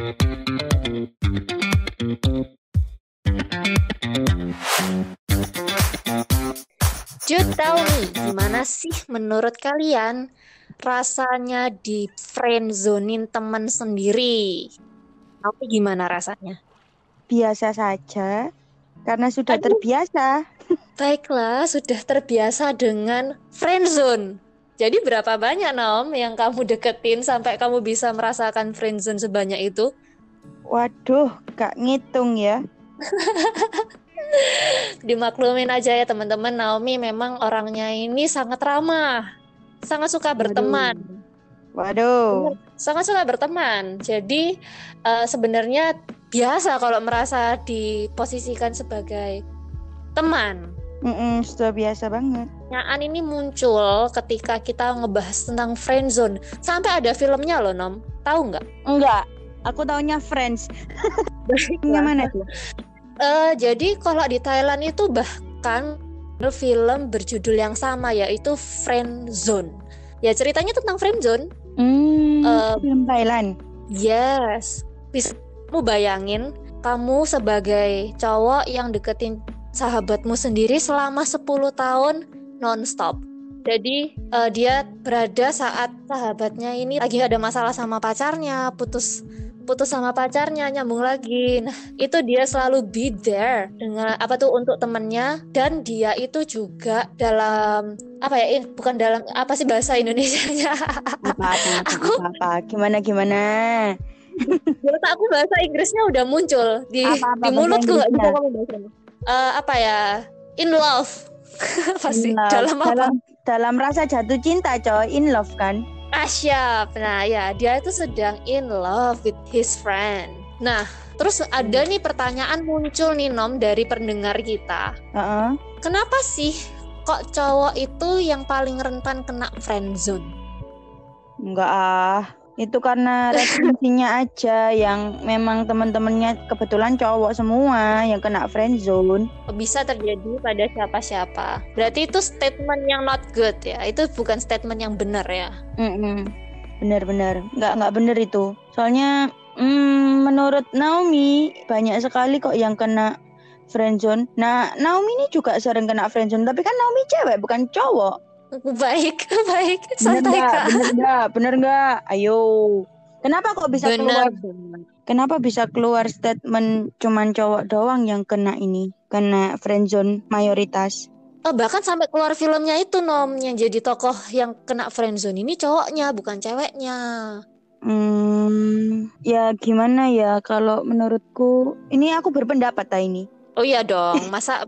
Jud, tell me, gimana sih menurut kalian rasanya di friendzonin teman sendiri? Tapi gimana rasanya? Biasa saja, karena sudah Aduh, terbiasa. baiklah, sudah terbiasa dengan friendzone. Jadi berapa banyak, Nom, yang kamu deketin sampai kamu bisa merasakan friendzone sebanyak itu? Waduh, gak ngitung ya. Dimaklumin aja ya teman-teman, Naomi memang orangnya ini sangat ramah, sangat suka Waduh. berteman. Benar, Waduh. sangat suka berteman. Jadi sebenarnya biasa kalau merasa diposisikan sebagai teman. Sudah biasa banget. Pertanyaan ini muncul ketika kita ngebahas tentang friendzone. Sampai ada filmnya loh, Nom. Tahu nggak? Enggak, aku taunya Friends. Yang Baiklah. mana tuh? Jadi kalau di Thailand itu bahkan film berjudul yang sama yaitu Friendzone. Ya ceritanya tentang friendzone. Eh, Film Thailand. Yes, bisa kamu bayangin kamu sebagai cowok yang deketin sahabatmu sendiri selama 10 tahun nonstop. Jadi dia berada saat sahabatnya ini lagi ada masalah sama pacarnya, putus putus sama pacarnya, nyambung lagi. Nah, itu dia selalu be there dengan apa tuh untuk temennya dan dia itu juga dalam apa ya, bukan dalam apa sih bahasa Indonesianya. Aku Apa? Gimana? menurut aku bahasa Inggrisnya udah muncul Apa di bahasa mulutku, nggak bisa Inggrisnya? ngomong bahasa. Apa ya, in love. In Pasti love. dalam apa? Dalam rasa jatuh cinta, coy. In love kan? Siap. Nah ya, dia itu sedang in love with his friend. Nah terus ada nih pertanyaan muncul nih, Nom, dari pendengar kita. Heeh. Kenapa sih kok cowok itu yang paling rentan kena friendzone? Enggak ah. Itu karena referensinya aja yang memang teman-temannya kebetulan cowok semua yang kena friendzone. Bisa terjadi pada siapa-siapa. Berarti itu statement yang not good ya. Itu bukan statement yang benar ya. Benar-benar. Enggak benar itu. Soalnya menurut Naomi banyak sekali kok yang kena friendzone. Nah, Naomi ini juga sering kena friendzone, tapi kan Naomi cewek bukan cowok. Baik, baik. Santai, Kak. Bener nggak? Ayo. Kenapa kok bisa Benar, keluar? benar. Kenapa bisa keluar statement cuman cowok doang yang kena ini? Kena friendzone mayoritas. Bahkan sampai keluar filmnya itu, Nom, yang jadi tokoh yang kena friendzone ini cowoknya, bukan ceweknya. Ya gimana ya kalau menurutku ini aku berpendapat ini. Oh iya dong, masa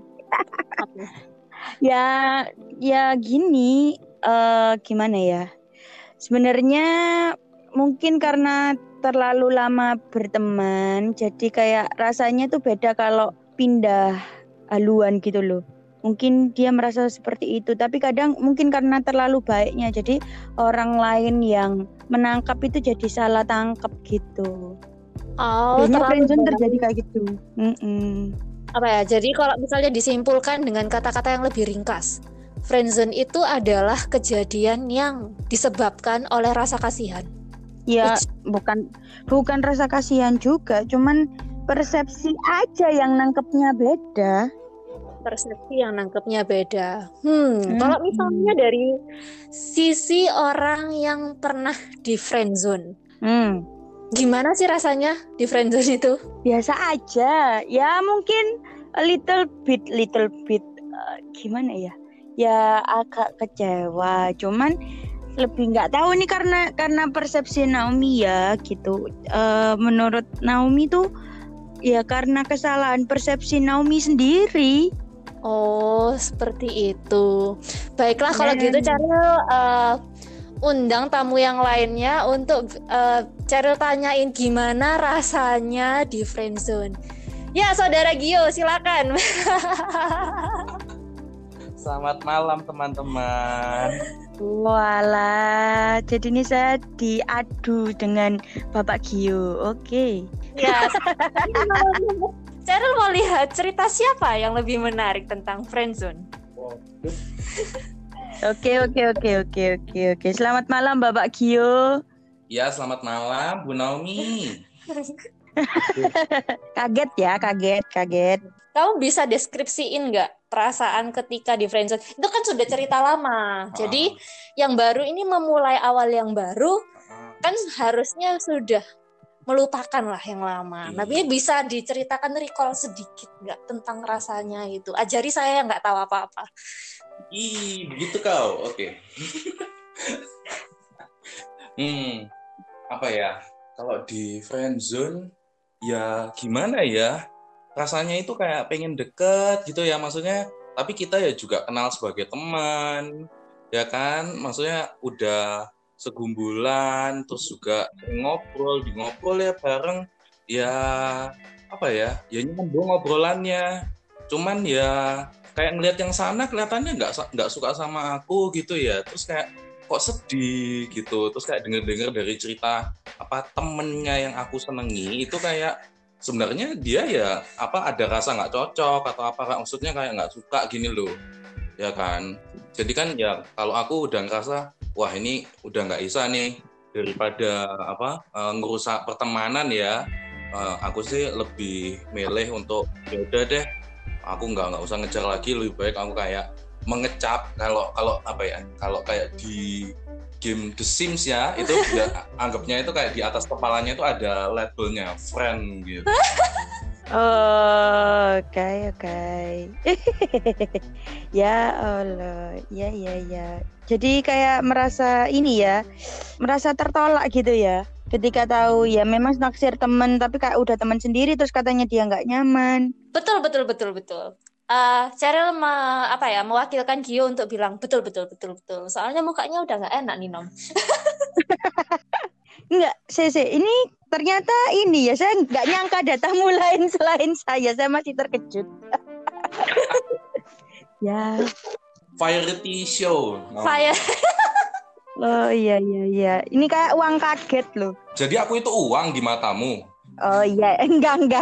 Ya gini, gimana ya? Sebenarnya mungkin karena terlalu lama berteman, jadi kayak rasanya tuh beda kalau pindah haluan gitu loh. Mungkin dia merasa seperti itu, tapi kadang mungkin karena terlalu baiknya, jadi orang lain yang menangkap itu jadi salah tangkap gitu. Biasanya terlalu friendzone baik. terjadi kayak gitu. Apa ya? Jadi kalau misalnya disimpulkan dengan kata-kata yang lebih ringkas, friendzone itu adalah kejadian yang disebabkan oleh rasa kasihan. Ya bukan rasa kasihan juga, cuman persepsi aja yang nangkepnya beda. Persepsi yang nangkepnya beda. Kalau misalnya dari sisi orang yang pernah di friendzone, gimana sih rasanya di friendzone itu? Biasa aja, ya mungkin a little bit, gimana ya? Ya agak kecewa, cuman lebih nggak tahu nih karena persepsi Naomi ya gitu. Menurut Naomi tuh ya karena kesalahan persepsi Naomi sendiri. Oh, seperti itu. Baiklah kalau gitu Cheryl, undang tamu yang lainnya untuk Cheryl tanyain gimana rasanya di friendzone. Ya, Saudara Gio, silakan. Selamat malam teman-teman. Walah, jadi ini saya diadu dengan Bapak Gio. Oke. Ya, Cheryl mau lihat cerita siapa yang lebih menarik tentang friendzone. Oke. Selamat malam Bapak Gio. Ya, selamat malam Bu Naomi. Kaget ya, kaget. Kamu bisa deskripsiin nggak perasaan ketika di friendzone? Itu kan sudah cerita lama. Jadi yang baru ini memulai awal yang baru kan harusnya sudah melupakan lah yang lama. Tapi bisa diceritakan recall sedikit nggak tentang rasanya itu? Ajari saya yang nggak tahu apa-apa. Begitu kau. Oke. Apa ya? Kalau di friendzone ya gimana ya? Rasanya itu kayak pengen deket gitu ya, maksudnya. Tapi kita ya juga kenal sebagai teman, ya kan? Maksudnya udah segumbulan, terus juga ngobrol ya bareng. Ya apa ya? Ya nyambung ngobrolannya. Cuman ya kayak ngelihat yang sana kelihatannya nggak suka sama aku gitu ya. Terus kayak kok sedih gitu. Terus kayak denger dari cerita apa temennya yang aku senengi itu kayak sebenarnya dia ya ada rasa nggak cocok atau apa, maksudnya kayak nggak suka gini loh, ya kan. Jadi kan ya kalau aku udah ngerasa wah ini udah nggak bisa nih, daripada ngerusak pertemanan ya, aku sih lebih milih untuk ya udah deh, aku nggak usah ngejar lagi, lebih baik aku kayak mengecap kalau kayak di game The Sims ya, itu anggapnya itu kayak di atas kepalanya itu ada labelnya friend gitu. Oke. Ya Allah, ya. Jadi kayak merasa tertolak gitu ya. Ketika tahu ya memang naksir temen, tapi kayak udah teman sendiri terus katanya dia nggak nyaman. Betul. Cheryl mewakilkan Gio untuk bilang betul. Soalnya mukanya udah nggak enak nih, Nom. Enggak, ini ternyata ini ya, saya nggak nyangka ada tamu lain selain saya masih terkejut. Ya. Variety show. Fire. Oh iya. Ini kayak uang kaget loh. Jadi aku itu uang di matamu? Oh iya, enggak.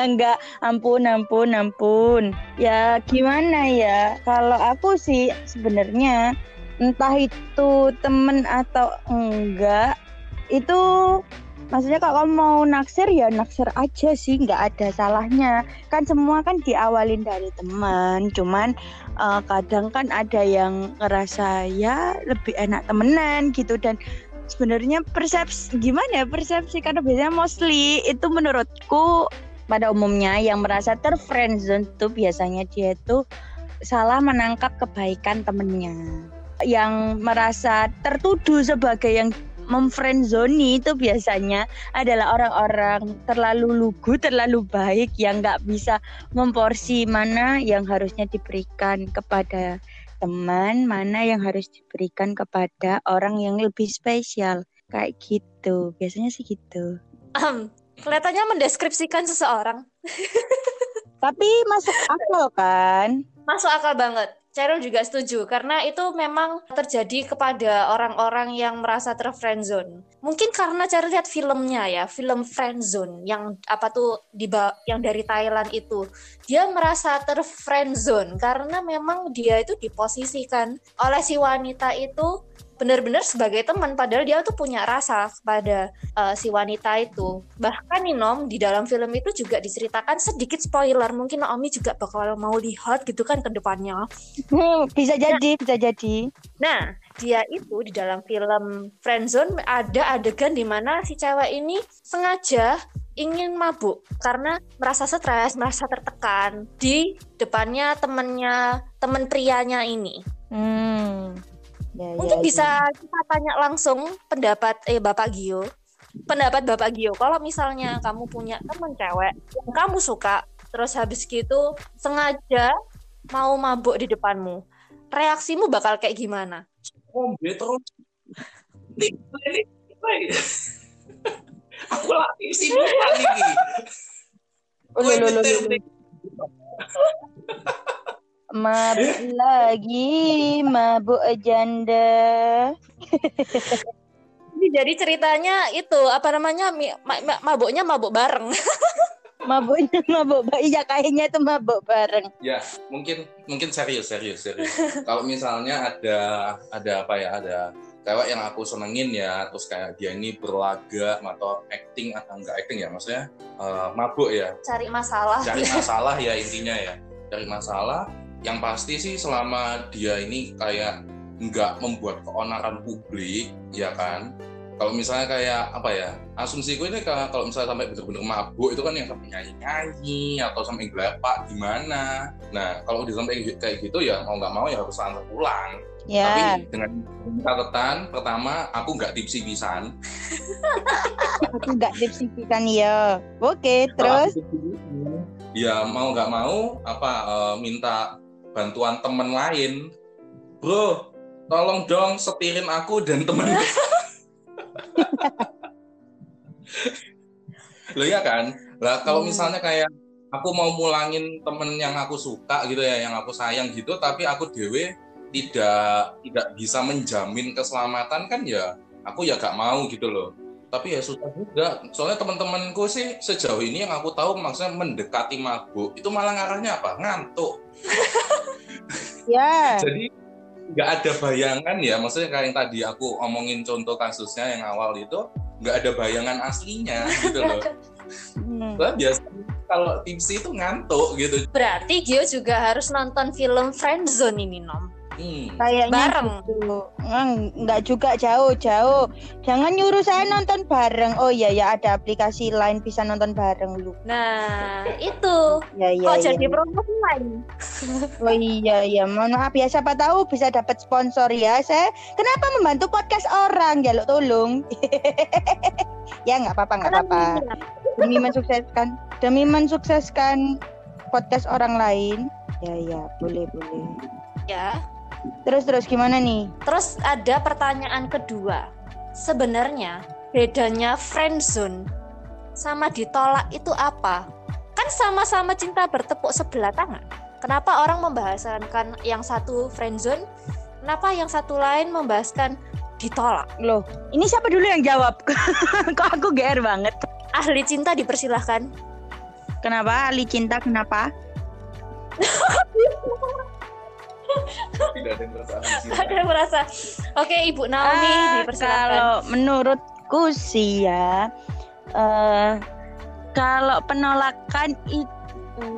Ampun. Ya gimana ya? Kalau aku sih sebenarnya entah itu temen atau enggak, itu maksudnya kalau kamu mau naksir ya naksir aja sih, nggak ada salahnya. Kan semua kan diawalin dari teman. Cuman kadang kan ada yang ngerasa ya lebih enak temenan gitu, dan sebenarnya persepsi karena biasanya mostly itu menurutku pada umumnya yang merasa terfriendzone tuh biasanya dia tuh salah menangkap kebaikan temennya. Yang merasa tertuduh sebagai yang memfriendzone itu biasanya adalah orang-orang terlalu lugu, terlalu baik yang nggak bisa memporsi mana yang harusnya diberikan kepada teman, mana yang harus diberikan kepada orang yang lebih spesial. Kayak gitu. Biasanya sih gitu. Kelihatannya mendeskripsikan seseorang. Tapi masuk akal kan? Masuk akal banget. Cheryl juga setuju karena itu memang terjadi kepada orang-orang yang merasa terfriendzone. Mungkin karena Cheryl lihat filmnya ya, film Friendzone yang yang dari Thailand itu. Dia merasa terfriendzone karena memang dia itu diposisikan oleh si wanita itu benar-benar sebagai teman, padahal dia tuh punya rasa kepada si wanita itu. Bahkan nih Nom, di dalam film itu juga diceritakan sedikit spoiler, mungkin Naomi juga bakal mau lihat gitu kan ke depannya. Bisa jadi. Nah, dia itu di dalam film Friendzone ada adegan di mana si cewek ini sengaja ingin mabuk karena merasa stres, merasa tertekan di depannya teman prianya ini. Mungkin bisa kita tanya langsung pendapat Bapak Gio. Kalau misalnya kamu punya teman cewek yang kamu suka, terus habis gitu sengaja mau mabuk di depanmu, reaksimu bakal kayak gimana? Terus aku lagi sibuk lagi. Mabuk lagi, mabuk janda. Jadi ceritanya itu mabuknya mabuk bareng. Mabuknya mabuk bareng, ya kayaknya itu mabuk bareng. Ya, mungkin serius. Kalau misalnya ada cewek yang aku senengin ya, terus kayak dia ini berlaga atau acting atau enggak acting ya, maksudnya mabuk ya, Cari masalah. cari masalah ya intinya ya, cari masalah. Yang pasti sih selama dia ini kayak enggak membuat keonaran publik ya kan. Kalau misalnya kayak apa ya, asumsiku ini kalau misalnya sampai benar-benar mabuk itu kan yang sampai nyanyi-nyanyi atau sampai gelepak gimana. Nah kalau udah sampai kayak gitu ya mau nggak mau ya harus antar pulang. Ya. Tapi dengan catatan pertama aku nggak tipsi pisan. Aku nggak tipsikan ya. Oke, Kalau terus? aku tipsi, ya mau nggak mau minta bantuan temen lain. Bro, tolong dong setirin aku dan temen. Loh ya kan? Lah kalau misalnya kayak aku mau mulangin temen yang aku suka gitu ya, yang aku sayang gitu, tapi aku dewe tidak bisa menjamin keselamatan kan ya, aku ya gak mau gitu loh. Tapi ya susah juga. Soalnya teman-temanku sih sejauh ini yang aku tahu maksudnya mendekati mabuk itu malah ngarahnya apa? Ngantuk. Ya. Jadi nggak ada bayangan ya, maksudnya kayak yang tadi aku omongin contoh kasusnya yang awal itu nggak ada bayangan aslinya gitu loh. Lah biasanya kalau tipsi itu ngantuk gitu. Berarti Gio juga harus nonton film Friendzone ini, Nom. Kayaknya Bareng. gitu. Enggak juga jauh-jauh. Jangan nyuruh saya nonton bareng. Oh iya ya, ada aplikasi lain bisa nonton bareng lu. Nah, itu. Ya Kok ya. jadi promosi lain? Oh iya ya, mohon maaf ya, siapa tahu bisa dapat sponsor ya. Saya kenapa membantu podcast orang? Jaluk tolong. Ya nggak apa-apa. Demi mensukseskan podcast orang lain. Ya, boleh. Ya. Terus gimana nih? Terus ada pertanyaan kedua. Sebenarnya bedanya friendzone sama ditolak itu apa? Kan sama-sama cinta bertepuk sebelah tangan. Kenapa orang membahasakan yang satu friendzone? Kenapa yang satu lain membahaskan ditolak? Loh, ini siapa dulu yang jawab? Kok aku GR banget. Ahli cinta dipersilahkan. Kenapa ahli cinta? Kenapa? Tidak ada yang merasa Ada yang merasa. Oke, Ibu Naomi dipersilahkan. Kalau menurutku sih ya, kalau penolakan itu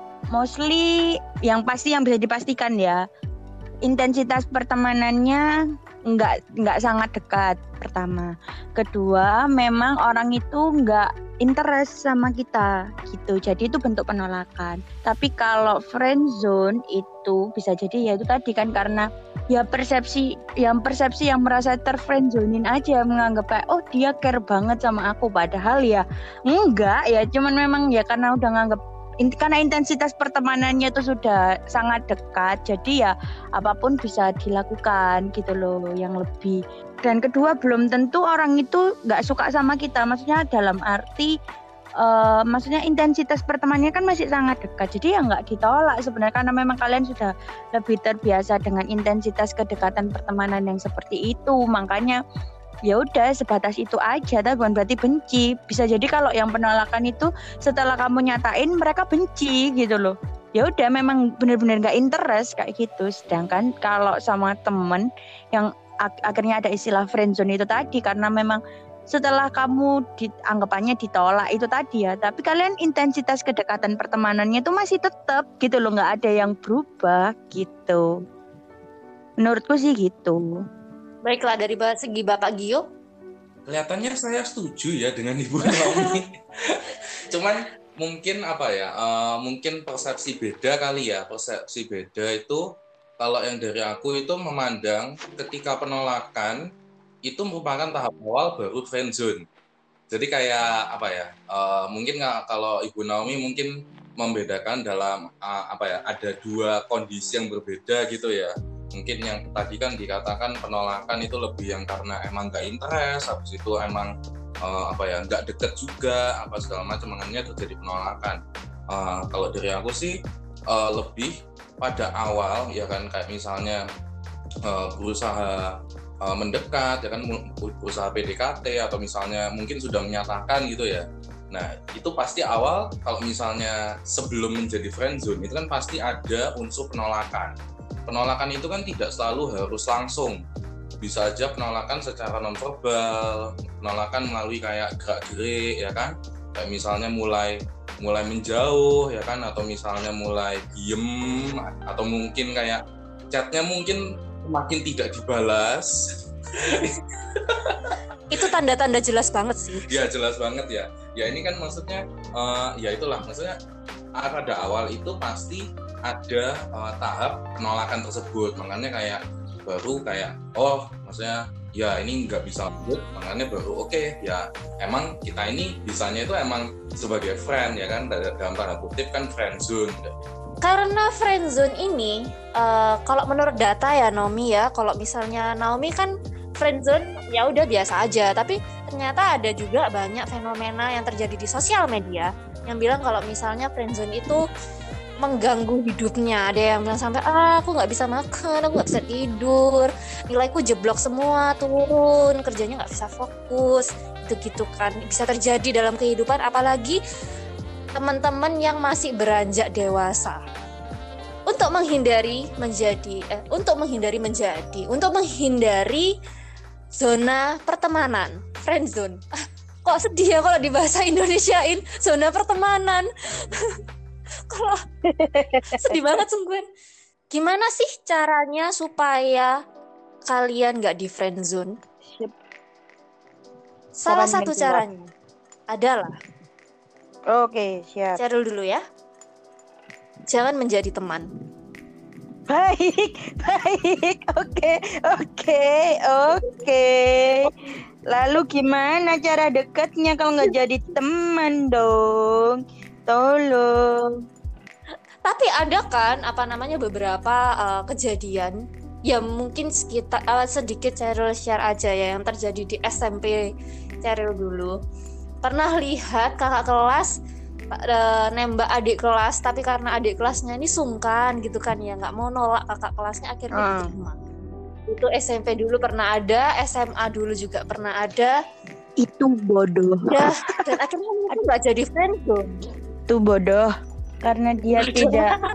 mostly yang pasti yang bisa dipastikan ya, intensitas pertemanannya nggak sangat dekat pertama. Kedua, memang orang itu nggak interest sama kita gitu, jadi itu bentuk penolakan. Tapi kalau friendzone itu bisa jadi ya itu tadi kan, karena ya persepsi yang merasa terfriendzonin aja, menganggap kayak oh dia care banget sama aku, padahal ya enggak ya, cuman memang ya karena udah nganggap karena intensitas pertemanannya itu sudah sangat dekat, jadi ya apapun bisa dilakukan gitu loh yang lebih. Dan kedua, belum tentu orang itu nggak suka sama kita, maksudnya dalam arti maksudnya intensitas pertemanannya kan masih sangat dekat, jadi ya nggak ditolak sebenarnya, karena memang kalian sudah lebih terbiasa dengan intensitas kedekatan pertemanan yang seperti itu, makanya ya udah sebatas itu aja, tapi bukan berarti benci. Bisa jadi kalau yang penolakan itu setelah kamu nyatain mereka benci gitu loh. Ya udah memang benar-benar nggak interest kayak gitu. Sedangkan kalau sama temen yang akhirnya ada istilah friendzone itu tadi, karena memang setelah kamu anggapannya ditolak itu tadi ya, tapi kalian intensitas kedekatan pertemanannya itu masih tetap gitu loh, nggak ada yang berubah gitu. Menurutku sih gitu. Baiklah, dari segi Bapak Gio. Kelihatannya saya setuju ya dengan Ibu Naomi. Cuman mungkin mungkin persepsi beda kali ya. Persepsi beda itu kalau yang dari aku itu memandang ketika penolakan itu merupakan tahap awal baru friendzone. Jadi kayak mungkin kalau Ibu Naomi mungkin membedakan dalam ada dua kondisi yang berbeda gitu ya. Mungkin yang tadi kan dikatakan penolakan itu lebih yang karena emang nggak interest, habis itu emang nggak deket juga segala macam, makanya terjadi penolakan. Kalau dari aku sih lebih pada awal ya kan, kayak misalnya berusaha mendekat ya kan, berusaha PDKT atau misalnya mungkin sudah menyatakan gitu ya. Nah itu pasti awal, kalau misalnya sebelum menjadi friendzone itu kan pasti ada unsur penolakan. Penolakan itu kan tidak selalu harus langsung bisa aja penolakan secara nonverbal, penolakan melalui kayak gerak-gerik ya kan, kayak misalnya mulai menjauh ya kan, atau misalnya mulai diem, atau mungkin kayak chatnya mungkin makin tidak dibalas. Itu tanda-tanda jelas banget sih. Ya jelas banget ya. Ya ini kan maksudnya ya itulah maksudnya pada awal itu pasti ada tahap penolakan tersebut, makanya kayak baru kayak maksudnya ya ini nggak bisa lanjut, makanya baru oke, ya emang kita ini bisanya itu emang sebagai friend ya kan, dalam tanda kutip kan friend zone. Karena friend zone ini kalau menurut data ya Naomi ya, kalau misalnya Naomi kan friend zone ya udah biasa aja, tapi ternyata ada juga banyak fenomena yang terjadi di sosial media yang bilang kalau misalnya friend zone itu mengganggu hidupnya. Ada yang bilang sampai aku nggak bisa makan, aku nggak bisa tidur, nilaiku jeblok semua, turun, kerjanya nggak bisa fokus, gitu kan bisa terjadi dalam kehidupan, apalagi teman-teman yang masih beranjak dewasa. Untuk menghindari zona pertemanan, friend zone. Kok sedih ya kalau di bahasa Indonesiain zona pertemanan. Kalau sedih banget sungguhan. Gimana sih caranya supaya kalian gak di friend zone? Salah satu caranya adalah Oke, siap. Cheryl dulu ya. Jangan menjadi teman. Baik. Oke. Lalu gimana cara dekatnya kalau nggak jadi teman dong? Tolong. Tapi ada kan beberapa kejadian ya, mungkin sedikit Cheryl share aja ya yang terjadi di SMP Cheryl dulu. Pernah lihat kakak kelas nembak adik kelas, tapi karena adik kelasnya ini sungkan gitu kan ya, nggak mau nolak kakak kelasnya, akhirnya diterima. Itu SMP dulu pernah ada, SMA dulu juga pernah ada. Itu bodoh. Ya, dan akhirnya itu nggak jadi friend zone. Itu bodoh karena dia tidak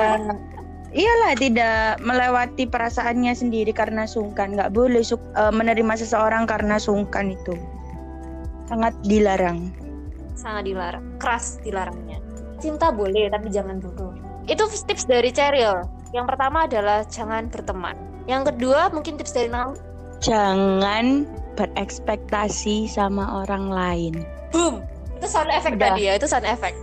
melewati perasaannya sendiri karena sungkan. Nggak boleh menerima seseorang karena sungkan, itu sangat dilarang. Keras dilarangnya. Cinta boleh tapi jangan bodoh. Itu tips dari Cheryl. Yang pertama adalah jangan berteman. Yang kedua mungkin tips dari Naomi, jangan berekspektasi sama orang lain. Boom. Itu sound effect tadi ya, itu sound effect.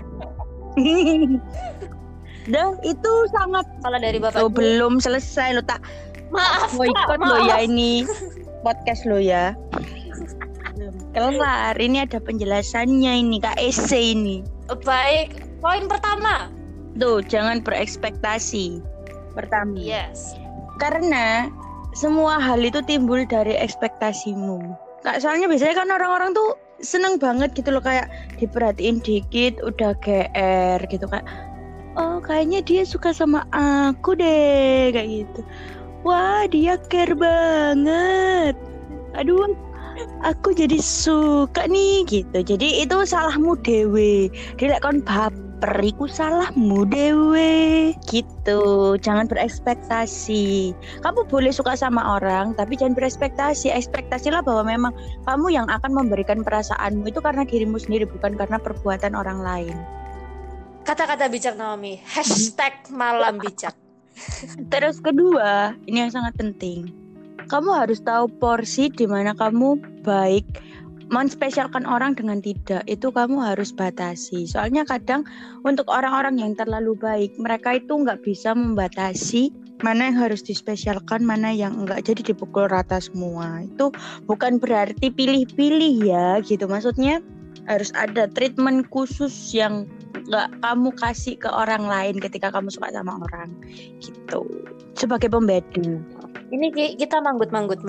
Itu sangat. Kalau dari Bapak belum selesai lo, tak. Maaf. Lo ya ini podcast lo ya. Kelar, ini ada penjelasannya ini Kak Ese ini. Baik, poin pertama. Tuh, jangan berekspektasi. Pertama. Yes. Karena semua hal itu timbul dari ekspektasimu. Kak, soalnya biasanya kan orang-orang tuh seneng banget gitu loh, kayak diperhatiin dikit udah GR gitu, kayak kayaknya dia suka sama aku deh, kayak gitu. Wah, dia care banget. Aduh, aku jadi suka nih gitu. Jadi itu salahmu dewe. Dilek kon baper iku salahmu dewe gitu. Jangan berekspektasi. Kamu boleh suka sama orang, tapi jangan berekspektasi. Ekspektasilah bahwa memang kamu yang akan memberikan perasaanmu itu karena dirimu sendiri, bukan karena perbuatan orang lain. Kata-kata bijak Naomi. #malam bijak. Terus kedua, ini yang sangat penting. Kamu harus tahu porsi di mana kamu baik menspesialkan orang dengan tidak. Itu kamu harus batasi. Soalnya kadang untuk orang-orang yang terlalu baik, mereka itu nggak bisa membatasi mana yang harus dispesialkan, mana yang enggak. Jadi dipukul rata semua. Itu bukan berarti pilih-pilih ya gitu. Maksudnya harus ada treatment khusus yang nggak kamu kasih ke orang lain ketika kamu suka sama orang gitu. Sebagai pembeda. Ini kita manggut.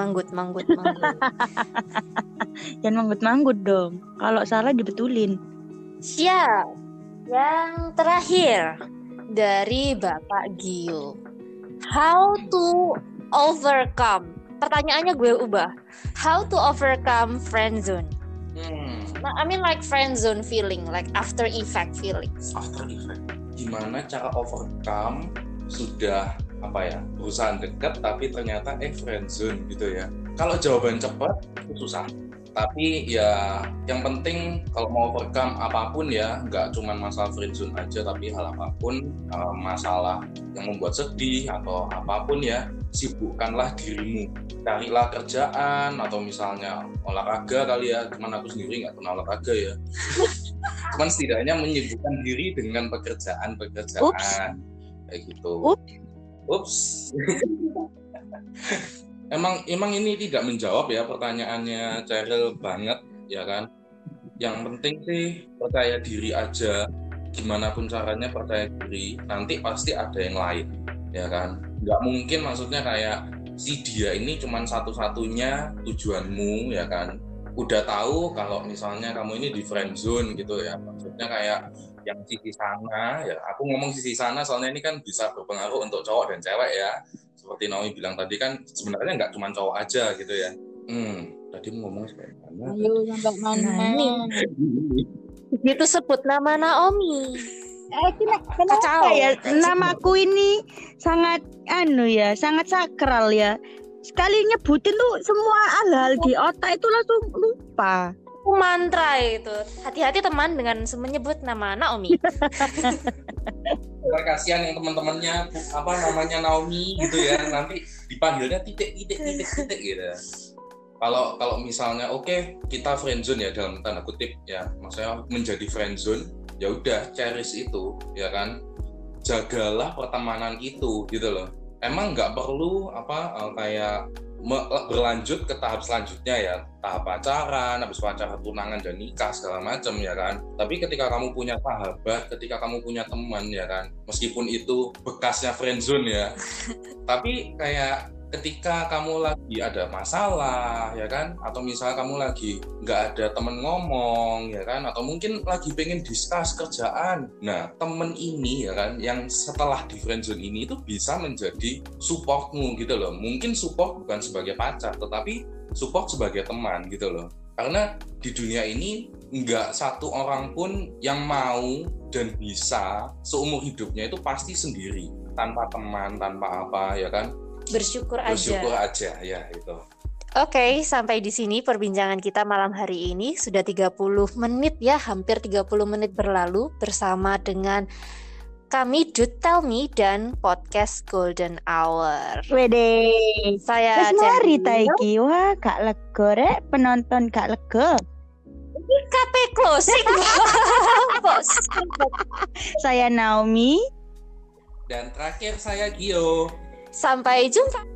Jangan manggut dong. Kalau salah dibetulin. Siap. Yang terakhir dari Bapak Gio. How to overcome? Pertanyaannya gue ubah. How to overcome friend zone? I mean like friend zone feeling, like after effect feelings. After effect. Gimana cara overcome sudah berusaha dekat tapi ternyata friendzone gitu ya. Kalau jawaban cepat itu susah. Tapi ya yang penting kalau mau overcome apapun ya, nggak cuma masalah friendzone aja, tapi hal apapun, masalah yang membuat sedih atau apapun ya, sibukkanlah dirimu. Carilah kerjaan atau misalnya olahraga kali ya, cuman aku sendiri nggak pernah olahraga ya. Cuman setidaknya menyibukkan diri dengan pekerjaan kayak gitu. Ups. Emang ini tidak menjawab ya pertanyaannya Cheryl banget ya kan. Yang penting sih percaya diri aja. Gimana pun caranya percaya diri. Nanti pasti ada yang lain ya kan. Nggak mungkin maksudnya kayak si dia ini cuman satu-satunya tujuanmu ya kan. Udah tahu kalau misalnya kamu ini di friend zone gitu ya. Maksudnya kayak yang sisi sana ya. Aku ngomong sisi sana soalnya ini kan bisa berpengaruh untuk cowok dan cewek ya. Seperti Naomi bilang tadi kan sebenarnya nggak cuma cowok aja gitu ya. Tadi mau ngomong seperti mana? Ayo sampai mana? Itu sebut nama Naomi. Kenapa ya namaku ini sangat sangat sakral ya. Sekali nyebutin tuh semua hal-hal di otak itu langsung lupa. Mantra itu. Hati-hati teman dengan menyebut nama Naomi. Kasihan yang teman-temannya namanya Naomi gitu ya, nanti dipanggilnya titik gitu. Kalau misalnya kita friendzone ya dalam tanda kutip ya, maksudnya menjadi friendzone, ya udah cherish itu ya kan, jagalah pertemanan itu gitu loh. Emang nggak perlu kayak berlanjut ke tahap selanjutnya ya, tahap pacaran, habis pacaran tunangan dan nikah segala macam ya kan. Tapi ketika kamu punya sahabat, ketika kamu punya teman ya kan, meskipun itu bekasnya friendzone ya, tapi kayak ketika kamu lagi ada masalah ya kan, atau misalnya kamu lagi nggak ada temen ngomong ya kan, atau mungkin lagi pengen discuss kerjaan, nah temen ini ya kan yang setelah di friendzone ini itu bisa menjadi supportmu gitu loh. Mungkin support bukan sebagai pacar, tetapi support sebagai teman gitu loh. Karena di dunia ini nggak satu orang pun yang mau dan bisa seumur hidupnya itu pasti sendiri, tanpa teman, tanpa apa ya kan. Bersyukur aja ya itu. Oke, sampai di sini perbincangan kita malam hari ini. Sudah 30 menit ya, hampir 30 menit berlalu bersama dengan kami Dude Tell Me dan podcast Golden Hour. Wede. Saya Mari taiki wah gak lega rek, penonton gak lega. Ini KP closing. Saya Naomi dan terakhir saya Gio. Sampai jumpa.